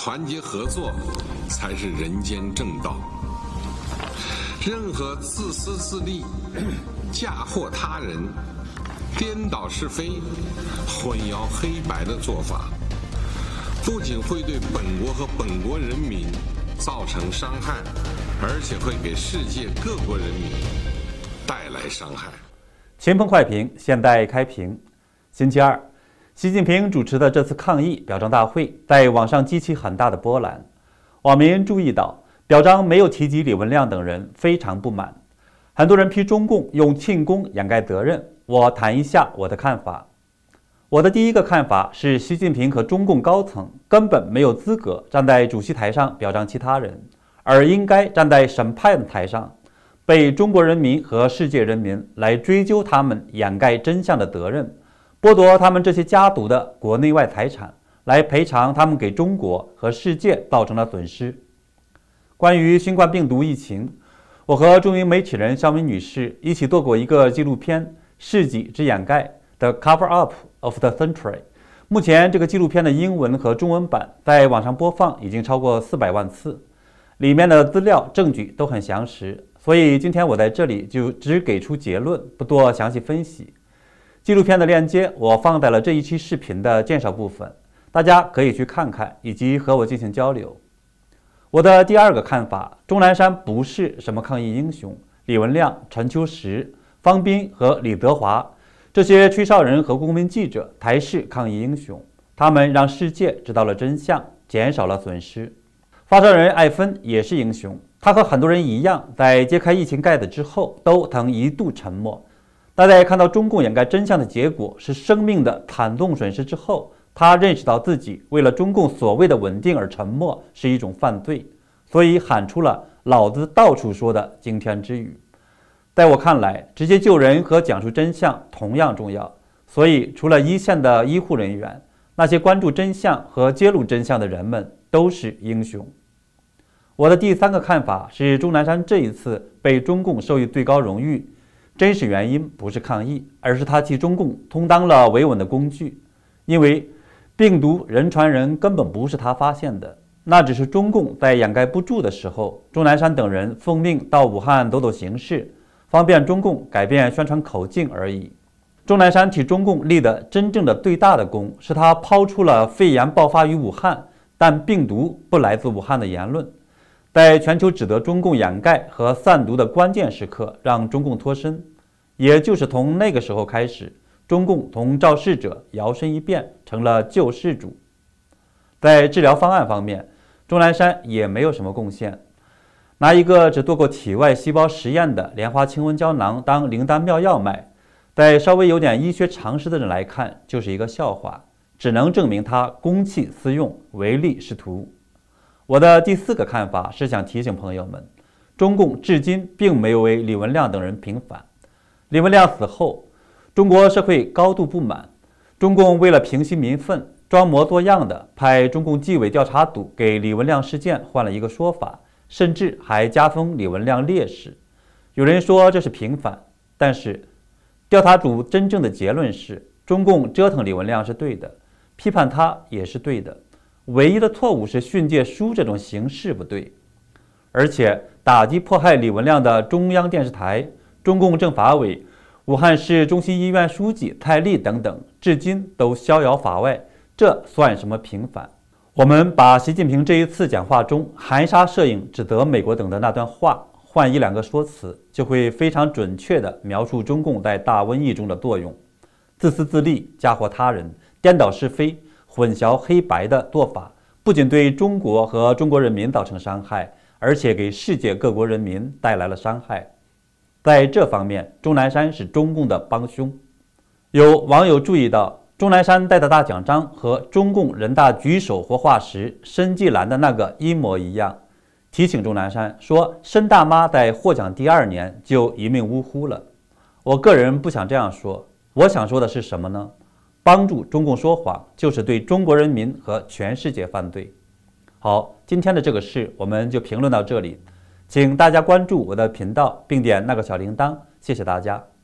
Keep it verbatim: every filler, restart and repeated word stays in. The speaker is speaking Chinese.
团结合作才是人间正道。任何自私自利、嫁祸他人、颠倒是非、混淆黑白的做法，不仅会对本国和本国人民造成伤害，而且会给世界各国人民带来伤害。 前锋快评，现代开评。星期二，习近平主持的这次抗议表彰大会在网上激起很大的波澜。网民注意到，表彰没有提及李文亮等人，非常不满。很多人批中共用庆功掩盖责任。我谈一下我的看法。我的第一个看法是，习近平和中共高层根本没有资格站在主席台上表彰其他人，而应该站在审判台上，被中国人民和世界人民来追究他们掩盖真相的责任，剥夺他们这些家族的国内外财产，来赔偿他们给中国和世界造成的损失。关于新冠病毒疫情，我和著名媒体人肖敏女士一起做过一个纪录片《世纪之掩盖》The Cover Up of the Century。目前这个纪录片的英文和中文版在网上播放已经超过四百万次，里面的资料证据都很详实，所以今天我在这里就只给出结论，不做详细分析。纪录片的链接我放在了这一期视频的介绍部分，大家可以去看看，以及和我进行交流。我的第二个看法，钟南山不是什么抗疫英雄，李文亮、陈秋实、方斌和李德华这些吹哨人和公民记者才是抗疫英雄，他们让世界知道了真相，减少了损失。发烧人艾芬也是英雄，他和很多人一样，在揭开疫情盖子之后都曾一度沉默，但在看到中共掩盖真相的结果是生命的惨重损失之后，他认识到自己为了中共所谓的稳定而沉默是一种犯罪，所以喊出了老子到处说的惊天之语。在我看来，直接救人和讲述真相同样重要，所以除了一线的医护人员，那些关注真相和揭露真相的人们都是英雄。我的第三个看法是，钟南山这一次被中共授予最高荣誉，真实原因不是抗议，而是他替中共充当了维稳的工具。因为病毒人传人根本不是他发现的，那只是中共在掩盖不住的时候，钟南山等人奉命到武汉抖抖形势，方便中共改变宣传口径而已。钟南山替中共立的真正的最大的功，是他抛出了肺炎爆发于武汉，但病毒不来自武汉的言论，在全球指责中共掩盖和散毒的关键时刻让中共脱身。也就是从那个时候开始，中共从肇事者摇身一变成了救世主。在治疗方案方面，钟南山也没有什么贡献。拿一个只做过体外细胞实验的莲花清瘟胶囊当灵丹妙药卖，在稍微有点医学常识的人来看就是一个笑话，只能证明他公器私用，唯利是图。我的第四个看法是想提醒朋友们，中共至今并没有为李文亮等人平反。李文亮死后，中国社会高度不满，中共为了平息民愤，装模作样的派中共纪委调查组给李文亮事件换了一个说法，甚至还加封李文亮烈士。有人说这是平反，但是调查组真正的结论是，中共折腾李文亮是对的，批判他也是对的，唯一的错误是训诫书这种形式不对。而且打击迫害李文亮的中央电视台、中共政法委、武汉市中心医院书记蔡丽等等，至今都逍遥法外，这算什么平反？我们把习近平这一次讲话中含沙射影指责美国等的那段话换一两个说辞，就会非常准确地描述中共在大瘟疫中的作用。自私自利、嫁祸他人、颠倒是非、混淆黑白的做法，不仅对中国和中国人民造成伤害，而且给世界各国人民带来了伤害。在这方面，钟南山是中共的帮凶。有网友注意到，钟南山带的大奖章和中共人大举手活化石申纪兰的那个一模一样，提醒钟南山说，申大妈在获奖第二年就一命呜呼了。我个人不想这样说，我想说的是什么呢？帮助中共说谎，就是对中国人民和全世界犯罪。好，今天的这个事我们就评论到这里，请大家关注我的频道，并点那个小铃铛，谢谢大家。